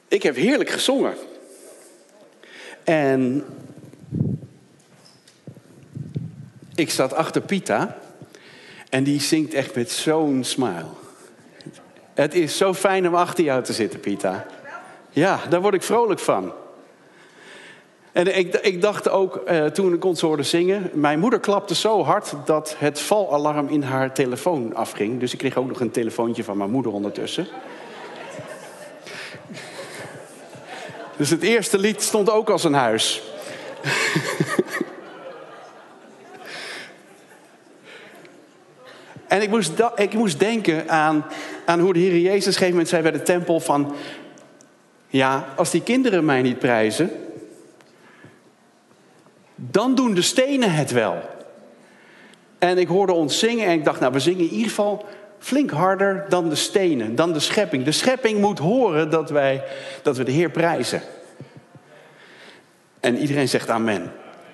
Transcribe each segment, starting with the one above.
Ik heb heerlijk gezongen. En ik zat achter Pita. En die zingt echt met zo'n smile. Het is zo fijn om achter jou te zitten, Pita. Ja, daar word ik vrolijk van. En ik dacht ook, toen ik ons hoorde zingen... Mijn moeder klapte zo hard dat het valalarm in haar telefoon afging. Dus ik kreeg ook nog een telefoontje van mijn moeder ondertussen. Dus het eerste lied stond ook als een huis. En ik moest denken aan hoe de Heer Jezus op een gegeven moment zei bij de tempel van... Ja, als die kinderen mij niet prijzen... dan doen de stenen het wel. En ik hoorde ons zingen en ik dacht, nou, we zingen in ieder geval flink harder dan de stenen, dan de schepping. De schepping moet horen dat we de Heer prijzen. En iedereen zegt amen.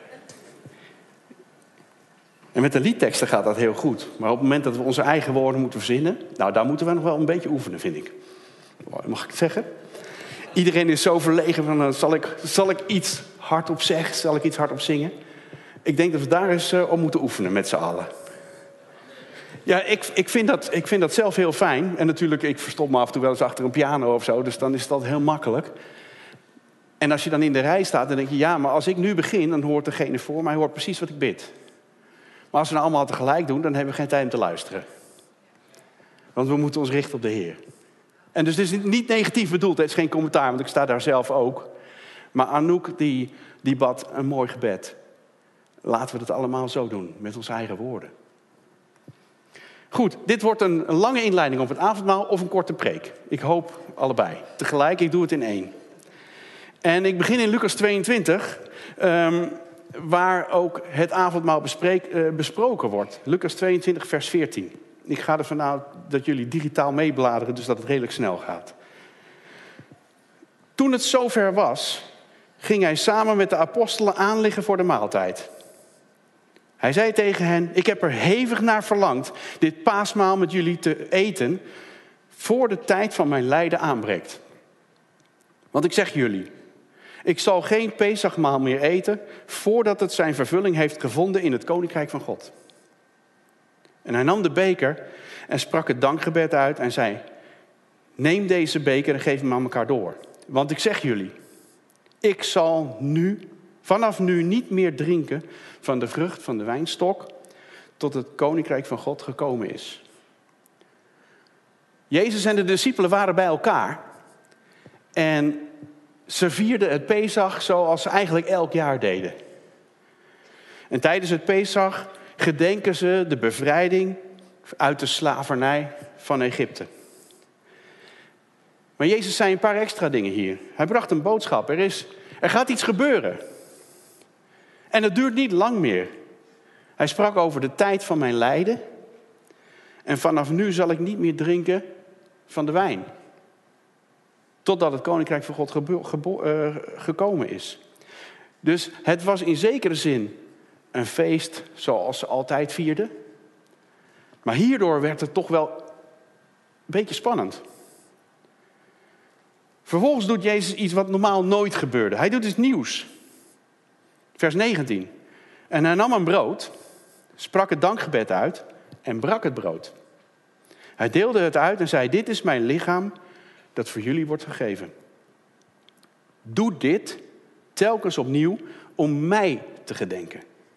En met de liedteksten gaat dat heel goed. Maar op het moment dat we onze eigen woorden moeten verzinnen... nou, daar moeten we nog wel een beetje oefenen, vind ik. Mag ik het zeggen? Iedereen is zo verlegen van, zal ik iets hardop zeggen? Zal ik iets hardop zingen? Ik denk dat we daar eens op moeten oefenen met z'n allen. Ja, ik vind dat zelf heel fijn. En natuurlijk, ik verstop me af en toe wel eens achter een piano of zo. Dus dan is het altijd heel makkelijk. En als je dan in de rij staat, dan denk je... ja, maar als ik nu begin, dan hoort degene voor mij hoort precies wat ik bid. Maar als we nou allemaal tegelijk doen, dan hebben we geen tijd om te luisteren. Want we moeten ons richten op de Heer. En dus het is niet negatief bedoeld, het is geen commentaar, want ik sta daar zelf ook. Maar Anouk, die bad een mooi gebed. Laten we dat allemaal zo doen, met onze eigen woorden. Goed, dit wordt een lange inleiding op het avondmaal of een korte preek. Ik hoop allebei. Tegelijk, ik doe het in één. En ik begin in Lucas 22, waar ook het avondmaal besproken wordt. Lucas 22, vers 14. Ik ga ervan uit dat jullie digitaal meebladeren, dus dat het redelijk snel gaat. Toen het zover was, ging hij samen met de apostelen aanliggen voor de maaltijd. Hij zei tegen hen, ik heb er hevig naar verlangd dit paasmaal met jullie te eten, voor de tijd van mijn lijden aanbreekt. Want ik zeg jullie, ik zal geen Pesachmaal meer eten, voordat het zijn vervulling heeft gevonden in het Koninkrijk van God. En hij nam de beker en sprak het dankgebed uit en zei, neem deze beker en geef hem aan elkaar door. Want ik zeg jullie, ik zal vanaf nu niet meer drinken van de vrucht van de wijnstok, tot het Koninkrijk van God gekomen is. Jezus en de discipelen waren bij elkaar en ze vierden het Pesach zoals ze eigenlijk elk jaar deden. En tijdens het Pesach gedenken ze de bevrijding uit de slavernij van Egypte. Maar Jezus zei een paar extra dingen hier. Hij bracht een boodschap. Er gaat iets gebeuren. En het duurt niet lang meer. Hij sprak over de tijd van mijn lijden. En vanaf nu zal ik niet meer drinken van de wijn. Totdat het Koninkrijk van God gekomen is. Dus het was in zekere zin een feest zoals ze altijd vierden. Maar hierdoor werd het toch wel een beetje spannend. Vervolgens doet Jezus iets wat normaal nooit gebeurde. Hij doet iets nieuws. Vers 19. En hij nam een brood, sprak het dankgebed uit en brak het brood. Hij deelde het uit en zei, dit is mijn lichaam dat voor jullie wordt gegeven. Doe dit telkens opnieuw om mij te gedenken.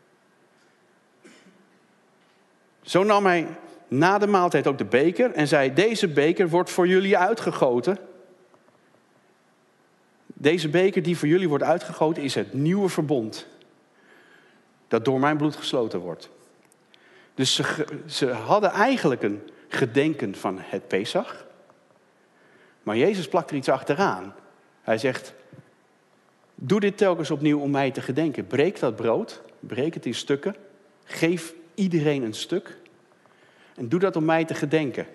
Zo nam hij na de maaltijd ook de beker en zei, deze beker wordt voor jullie uitgegoten. Deze beker die voor jullie wordt uitgegoten is het nieuwe verbond. Dat door mijn bloed gesloten wordt. Dus ze hadden eigenlijk een gedenken van het Pesach. Maar Jezus plakt er iets achteraan. Hij zegt, doe dit telkens opnieuw om mij te gedenken. Breek dat brood, breek het in stukken. Geef iedereen een stuk. En doe dat om mij te gedenken.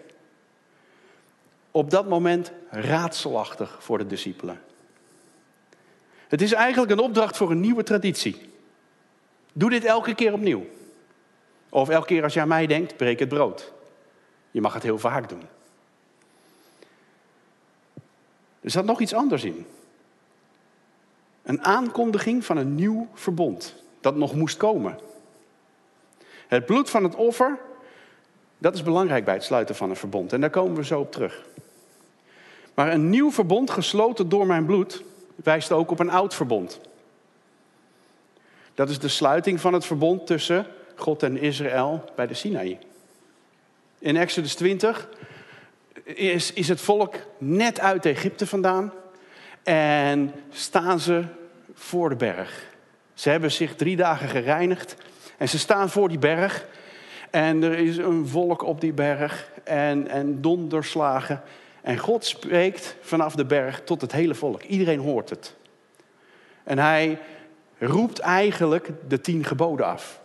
Op dat moment raadselachtig voor de discipelen. Het is eigenlijk een opdracht voor een nieuwe traditie. Doe dit elke keer opnieuw. Of elke keer als je aan mij denkt, breek het brood. Je mag het heel vaak doen. Er zat nog iets anders in. Een aankondiging van een nieuw verbond dat nog moest komen. Het bloed van het offer, dat is belangrijk bij het sluiten van een verbond. En daar komen we zo op terug. Maar een nieuw verbond gesloten door mijn bloed wijst ook op een oud verbond. Dat is de sluiting van het verbond tussen God en Israël bij de Sinaï. In Exodus 20 is het volk net uit Egypte vandaan en staan ze voor de berg. Ze hebben zich 3 dagen gereinigd en ze staan voor die berg. En er is een wolk op die berg en donderslagen. En God spreekt vanaf de berg tot het hele volk. Iedereen hoort het. En hij roept eigenlijk de 10 geboden af.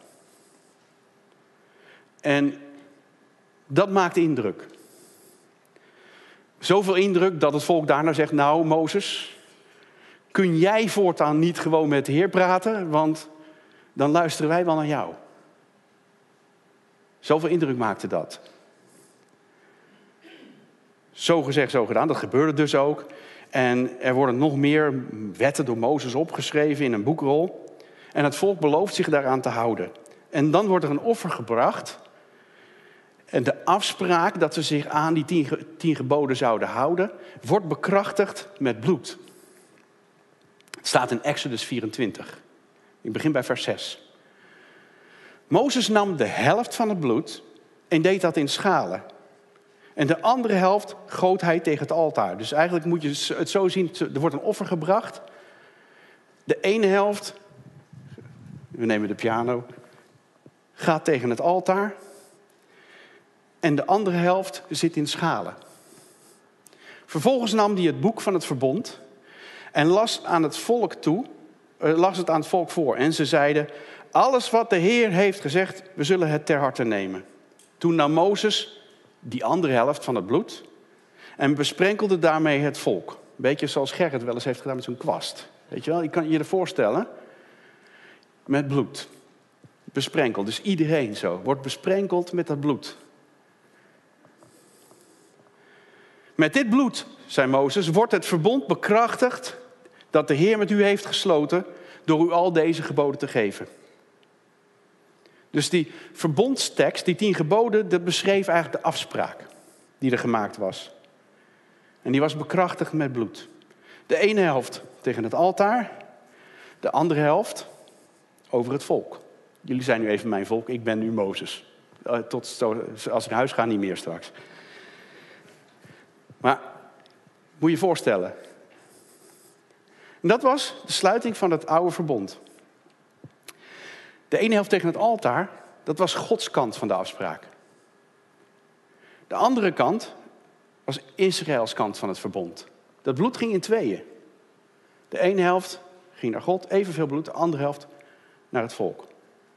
En dat maakt indruk. Zoveel indruk dat het volk daarna zegt, nou Mozes, kun jij voortaan niet gewoon met de Heer praten? Want dan luisteren wij wel naar jou. Zoveel indruk maakte dat. Zo gezegd, zo gedaan. Dat gebeurde dus ook. En er worden nog meer wetten door Mozes opgeschreven in een boekrol. En het volk belooft zich daaraan te houden. En dan wordt er een offer gebracht. En de afspraak dat ze zich aan die 10 geboden zouden houden, wordt bekrachtigd met bloed. Het staat in Exodus 24. Ik begin bij vers 6. Mozes nam de helft van het bloed en deed dat in schalen. En de andere helft goot hij tegen het altaar. Dus eigenlijk moet je het zo zien, er wordt een offer gebracht. De ene helft, we nemen de piano, gaat tegen het altaar. En de andere helft zit in schalen. Vervolgens nam hij het boek van het verbond en las het aan het volk voor. En ze zeiden, alles wat de Heer heeft gezegd, we zullen het ter harte nemen. Toen nam Mozes die andere helft van het bloed en besprenkelde daarmee het volk. Een beetje zoals Gerrit wel eens heeft gedaan met zo'n kwast. Weet je wel, je kan je er voorstellen. Met bloed. Besprenkeld. Dus iedereen zo wordt besprenkeld met dat bloed. Met dit bloed, zei Mozes, wordt het verbond bekrachtigd dat de Heer met u heeft gesloten door u al deze geboden te geven. Dus die verbondstekst, die 10 geboden, dat beschreef eigenlijk de afspraak die er gemaakt was. En die was bekrachtigd met bloed. De ene helft tegen het altaar, de andere helft over het volk. Jullie zijn nu even mijn volk, ik ben nu Mozes. Als ik naar huis ga, niet meer straks. Maar moet je je voorstellen. En dat was de sluiting van het oude verbond. De ene helft tegen het altaar, dat was Gods kant van de afspraak. De andere kant was Israëls kant van het verbond. Dat bloed ging in tweeën. De ene helft ging naar God, evenveel bloed, de andere helft naar het volk.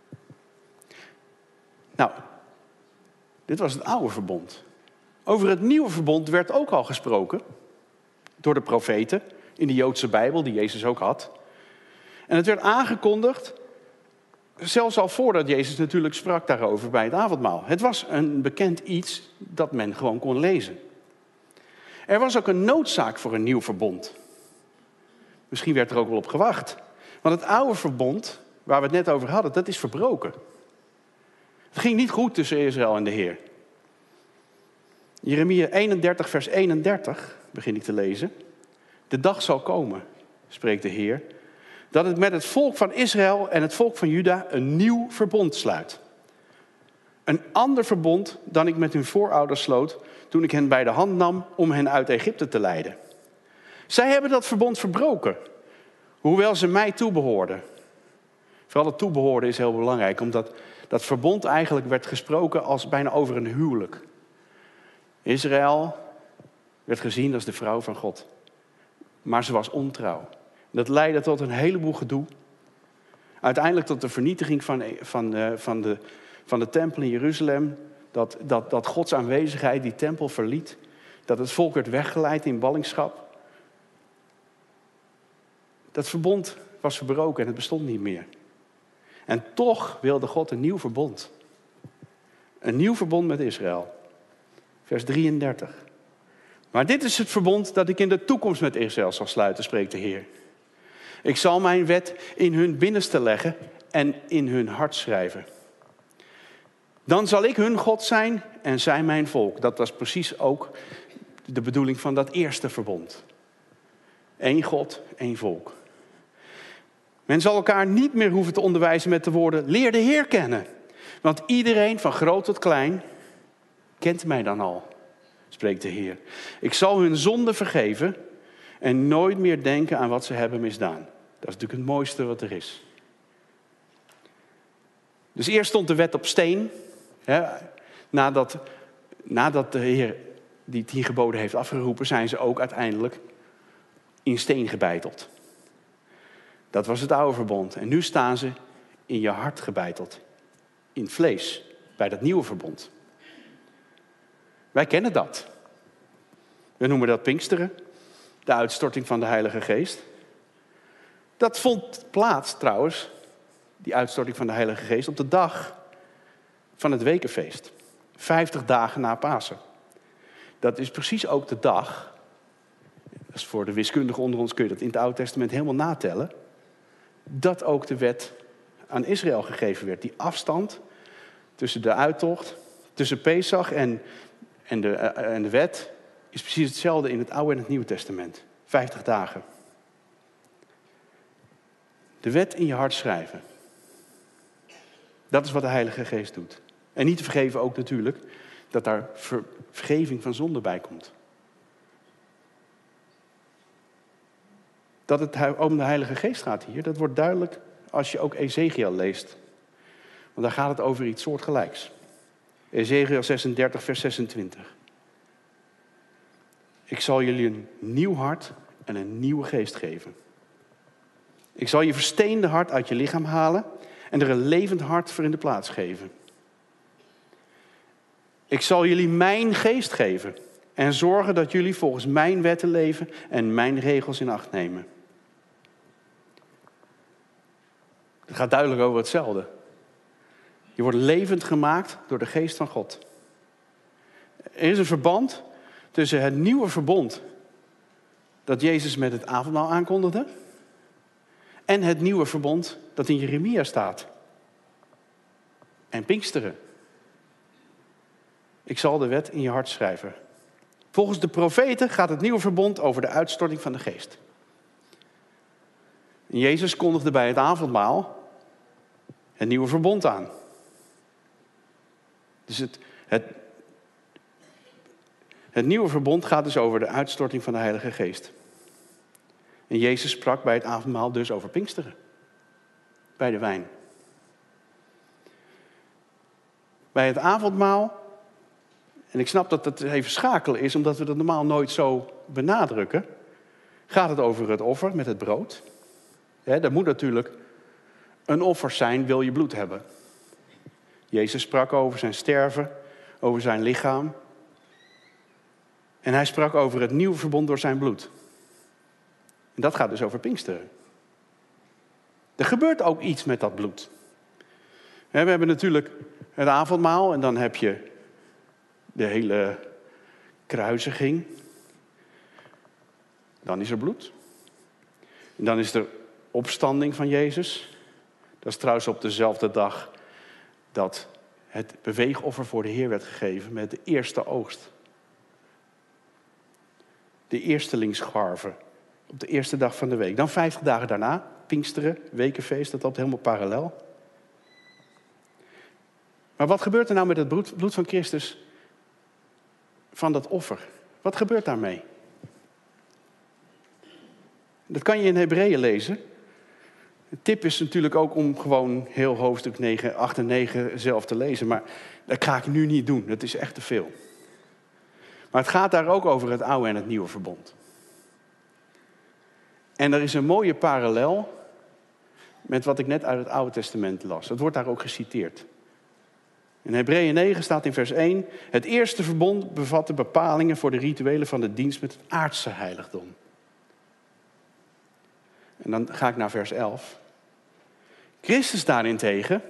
Nou, dit was het oude verbond. Over het nieuwe verbond werd ook al gesproken door de profeten in de Joodse Bijbel, die Jezus ook had. En het werd aangekondigd, zelfs al voordat Jezus natuurlijk sprak daarover bij het avondmaal. Het was een bekend iets dat men gewoon kon lezen. Er was ook een noodzaak voor een nieuw verbond. Misschien werd er ook wel op gewacht. Want het oude verbond, waar we het net over hadden, dat is verbroken. Het ging niet goed tussen Israël en de Heer. Jeremia 31, vers 31, begin ik te lezen. De dag zal komen, spreekt de Heer, dat het met het volk van Israël en het volk van Juda een nieuw verbond sluit. Een ander verbond dan ik met hun voorouders sloot toen ik hen bij de hand nam om hen uit Egypte te leiden. Zij hebben dat verbond verbroken, hoewel ze mij toebehoorden. Vooral het toebehoorden is heel belangrijk, omdat dat verbond eigenlijk werd gesproken als bijna over een huwelijk. Israël werd gezien als de vrouw van God. Maar ze was ontrouw. Dat leidde tot een heleboel gedoe. Uiteindelijk tot de vernietiging van de tempel in Jeruzalem. Dat Gods aanwezigheid die tempel verliet. Dat het volk werd weggeleid in ballingschap. Dat verbond was verbroken en het bestond niet meer. En toch wilde God een nieuw verbond. Een nieuw verbond met Israël. Vers 33. Maar dit is het verbond dat ik in de toekomst met Israël zal sluiten, spreekt de Heer. Ik zal mijn wet in hun binnenste leggen en in hun hart schrijven. Dan zal ik hun God zijn en zij mijn volk. Dat was precies ook de bedoeling van dat eerste verbond. Eén God, één volk. Men zal elkaar niet meer hoeven te onderwijzen met de woorden: leer de Heer kennen. Want iedereen, van groot tot klein, kent mij dan al, spreekt de Heer. Ik zal hun zonde vergeven en nooit meer denken aan wat ze hebben misdaan. Dat is natuurlijk het mooiste wat er is. Dus eerst stond de wet op steen. Nadat de Heer die 10 geboden heeft afgeroepen, zijn ze ook uiteindelijk in steen gebeiteld. Dat was het oude verbond. En nu staan ze in je hart gebeiteld. In vlees, bij dat nieuwe verbond. Wij kennen dat. We noemen dat Pinksteren. De uitstorting van de Heilige Geest. Dat vond plaats trouwens, die uitstorting van de Heilige Geest, op de dag van het wekenfeest. 50 dagen na Pasen. Dat is precies ook de dag, dat is voor de wiskundigen onder ons, kun je dat in het Oude Testament helemaal natellen, dat ook de wet aan Israël gegeven werd. Die afstand tussen de uittocht, tussen Pesach en de wet, is precies hetzelfde in het Oude en het Nieuwe Testament. 50 dagen. De wet in je hart schrijven. Dat is wat de Heilige Geest doet. En niet te vergeven ook natuurlijk dat daar vergeving van zonde bij komt. Dat het om de Heilige Geest gaat hier, dat wordt duidelijk als je ook Ezekiel leest. Want daar gaat het over iets soortgelijks. Ezekiel 36, vers 26. Ik zal jullie een nieuw hart en een nieuwe geest geven. Ik zal je versteende hart uit je lichaam halen en er een levend hart voor in de plaats geven. Ik zal jullie mijn geest geven en zorgen dat jullie volgens mijn wetten leven en mijn regels in acht nemen. Het gaat duidelijk over hetzelfde. Je wordt levend gemaakt door de geest van God. Er is een verband tussen het nieuwe verbond dat Jezus met het avondmaal aankondigde en het nieuwe verbond dat in Jeremia staat. En Pinksteren. Ik zal de wet in je hart schrijven. Volgens de profeten gaat het nieuwe verbond over de uitstorting van de geest. En Jezus kondigde bij het avondmaal het nieuwe verbond aan. Dus het nieuwe verbond gaat dus over de uitstorting van de Heilige Geest. En Jezus sprak bij het avondmaal dus over Pinksteren. Bij de wijn. Bij het avondmaal, en ik snap dat het even schakelen is, omdat we dat normaal nooit zo benadrukken, gaat het over het offer met het brood. Er moet natuurlijk een offer zijn, wil je bloed hebben. Jezus sprak over zijn sterven, over zijn lichaam. En hij sprak over het nieuwe verbond door zijn bloed. En dat gaat dus over Pinksteren. Er gebeurt ook iets met dat bloed. We hebben natuurlijk het avondmaal en dan heb je de hele kruisiging. Dan is er bloed. En dan is er opstanding van Jezus. Dat is trouwens op dezelfde dag dat het beweegoffer voor de Heer werd gegeven met de eerste oogst. De eerstelingsscharven. Op de eerste dag van de week. Dan 50 dagen daarna, Pinksteren, wekenfeest, dat loopt helemaal parallel. Maar wat gebeurt er nou met het bloed van Christus van dat offer? Wat gebeurt daarmee? Dat kan je in Hebreeën lezen. De tip is natuurlijk ook om gewoon heel hoofdstuk 9, 8 en 9 zelf te lezen. Maar dat ga ik nu niet doen, dat is echt te veel. Maar het gaat daar ook over het oude en het nieuwe verbond. En er is een mooie parallel met wat ik net uit het Oude Testament las. Dat wordt daar ook geciteerd. In Hebreeën 9 staat in vers 1... Het eerste verbond bevatte bepalingen voor de rituelen van de dienst met het aardse heiligdom. En dan ga ik naar vers 11. Christus daarentegen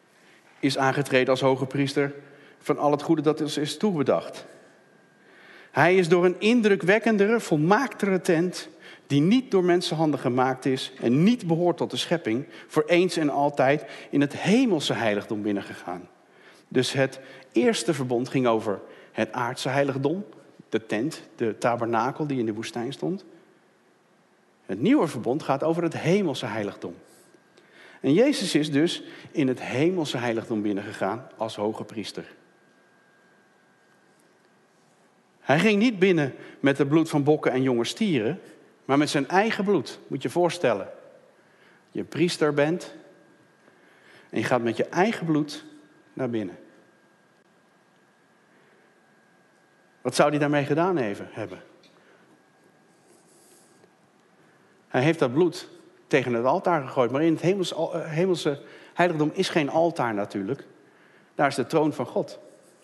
is aangetreden als hoge priester van al het goede dat ons is toebedacht. Hij is door een indrukwekkendere, volmaaktere tent, die niet door mensenhanden gemaakt is en niet behoort tot de schepping, voor eens en altijd in het hemelse heiligdom binnengegaan. Dus het eerste verbond ging over het aardse heiligdom, de tent, de tabernakel die in de woestijn stond. Het nieuwe verbond gaat over het hemelse heiligdom. En Jezus is dus in het hemelse heiligdom binnengegaan als hoge priester. Hij ging niet binnen met het bloed van bokken en jonge stieren, maar met zijn eigen bloed. Moet je je voorstellen. Je priester bent en je gaat met je eigen bloed naar binnen. Wat zou hij daarmee gedaan hebben? Hij heeft dat bloed tegen het altaar gegooid. Maar in het hemelse heiligdom is geen altaar natuurlijk. Daar is de troon van God.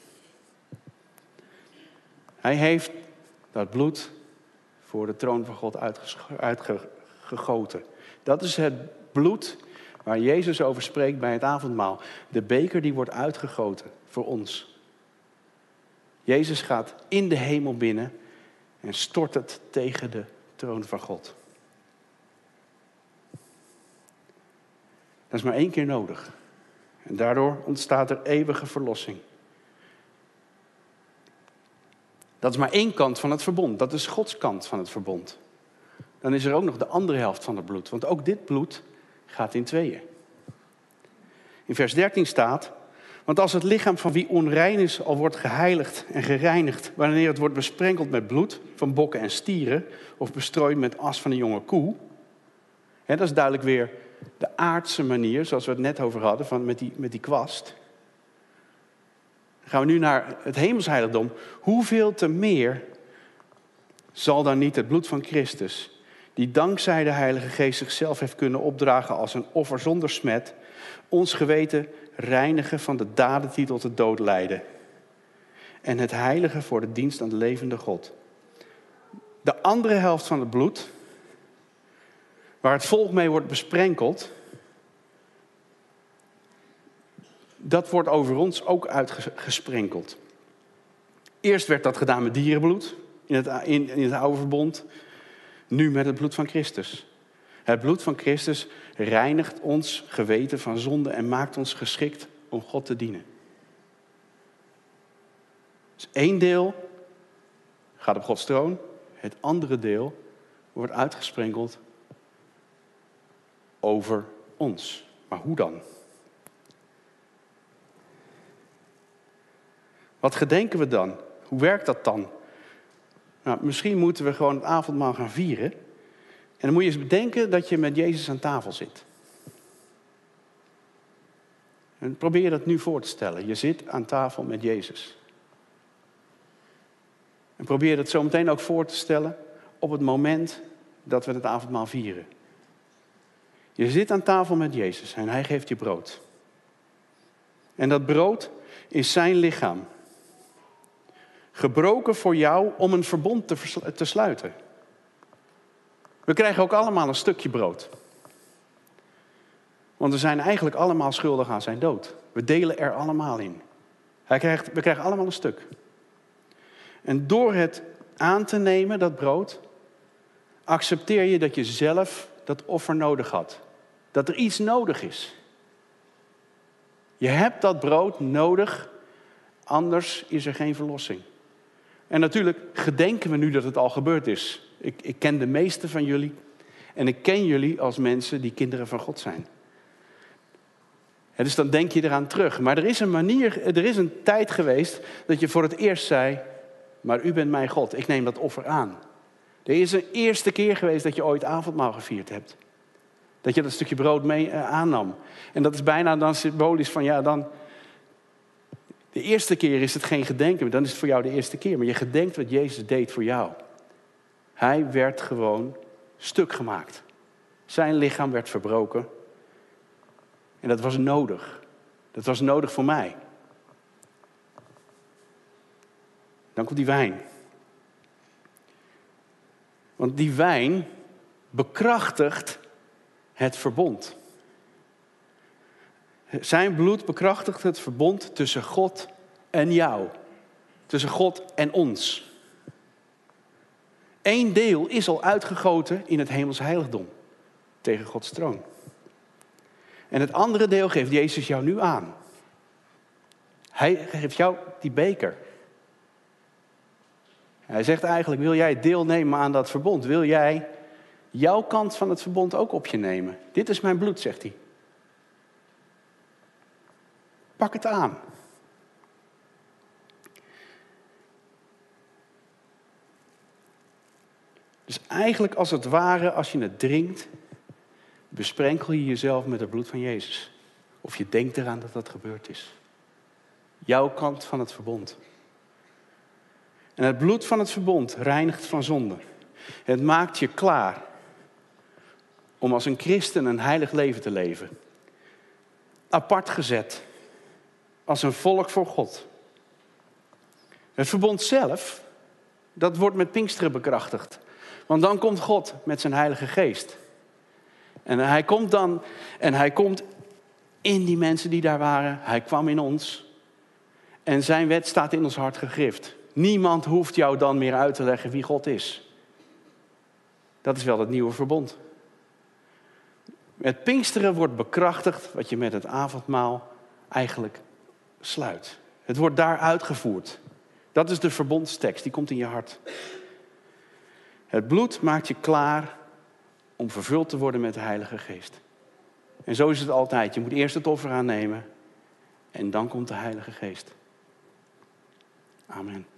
Hij heeft dat bloed voor de troon van God uitgegoten. Dat is het bloed waar Jezus over spreekt bij het avondmaal. De beker die wordt uitgegoten voor ons. Jezus gaat in de hemel binnen en stort het tegen de troon van God. Dat is maar 1 keer nodig. En daardoor ontstaat er eeuwige verlossing. Dat is maar 1 kant van het verbond. Dat is Gods kant van het verbond. Dan is er ook nog de andere helft van het bloed. Want ook dit bloed gaat in tweeën. In vers 13 staat: want als het lichaam van wie onrein is al wordt geheiligd en gereinigd, wanneer het wordt besprenkeld met bloed van bokken en stieren, of bestrooid met as van een jonge koe. Dat is duidelijk weer de aardse manier, zoals we het net over hadden, met die kwast. Dan gaan we nu naar het hemelsheiligdom. Hoeveel te meer zal dan niet het bloed van Christus, die dankzij de Heilige Geest zichzelf heeft kunnen opdragen als een offer zonder smet, ons geweten reinigen van de daden die tot de dood leiden. En het heiligen voor de dienst aan de levende God. De andere helft van het bloed, waar het volk mee wordt besprenkeld, dat wordt over ons ook uitgesprenkeld. Eerst werd dat gedaan met dierenbloed in het oude verbond. Nu met het bloed van Christus. Het bloed van Christus reinigt ons geweten van zonde en maakt ons geschikt om God te dienen. Dus 1 deel gaat op Gods troon. Het andere deel wordt uitgesprenkeld over ons. Maar hoe dan? Wat gedenken we dan? Hoe werkt dat dan? Nou, misschien moeten we gewoon het avondmaal gaan vieren. En dan moet je eens bedenken dat je met Jezus aan tafel zit. En probeer je dat nu voor te stellen. Je zit aan tafel met Jezus. En probeer je dat zo meteen ook voor te stellen op het moment dat we het avondmaal vieren. Je zit aan tafel met Jezus en hij geeft je brood. En dat brood is zijn lichaam. Gebroken voor jou om een verbond te sluiten. We krijgen ook allemaal een stukje brood. Want we zijn eigenlijk allemaal schuldig aan zijn dood. We delen er allemaal in. We krijgen allemaal een stuk. En door het aan te nemen, dat brood, accepteer je dat je zelf dat offer nodig had. Dat er iets nodig is. Je hebt dat brood nodig, anders is er geen verlossing. En natuurlijk gedenken we nu dat het al gebeurd is. Ik ken de meeste van jullie. En ik ken jullie als mensen die kinderen van God zijn. En dus dan denk je eraan terug. Maar er is een tijd geweest dat je voor het eerst zei: maar u bent mijn God, ik neem dat offer aan. Er is een eerste keer geweest dat je ooit avondmaal gevierd hebt. Dat je dat stukje brood mee aannam. En dat is bijna dan symbolisch van dan. De eerste keer is het geen gedenken, maar dan is het voor jou de eerste keer. Maar je gedenkt wat Jezus deed voor jou. Hij werd gewoon stuk gemaakt. Zijn lichaam werd verbroken. En dat was nodig. Dat was nodig voor mij. Dan komt die wijn. Want die wijn bekrachtigt het verbond. Zijn bloed bekrachtigt het verbond tussen God en jou. Tussen God en ons. Eén deel is al uitgegoten in het hemels heiligdom. Tegen Gods troon. En het andere deel geeft Jezus jou nu aan. Hij geeft jou die beker. Hij zegt eigenlijk, wil jij deelnemen aan dat verbond? Wil jij jouw kant van het verbond ook op je nemen? Dit is mijn bloed, zegt hij. Pak het aan. Dus eigenlijk als het ware, als je het drinkt, besprenkel je jezelf met het bloed van Jezus. Of je denkt eraan dat dat gebeurd is. Jouw kant van het verbond. En het bloed van het verbond reinigt van zonde. Het maakt je klaar om als een christen een heilig leven te leven. Apart gezet. Als een volk voor God. Het verbond zelf, dat wordt met Pinksteren bekrachtigd. Want dan komt God met zijn Heilige Geest. En hij komt in die mensen die daar waren. Hij kwam in ons. En zijn wet staat in ons hart gegrift. Niemand hoeft jou dan meer uit te leggen wie God is. Dat is wel het nieuwe verbond. Met Pinksteren wordt bekrachtigd wat je met het avondmaal eigenlijk sluit. Het wordt daar uitgevoerd. Dat is de verbondstekst, die komt in je hart. Het bloed maakt je klaar om vervuld te worden met de Heilige Geest. En zo is het altijd. Je moet eerst het offer aannemen en dan komt de Heilige Geest. Amen.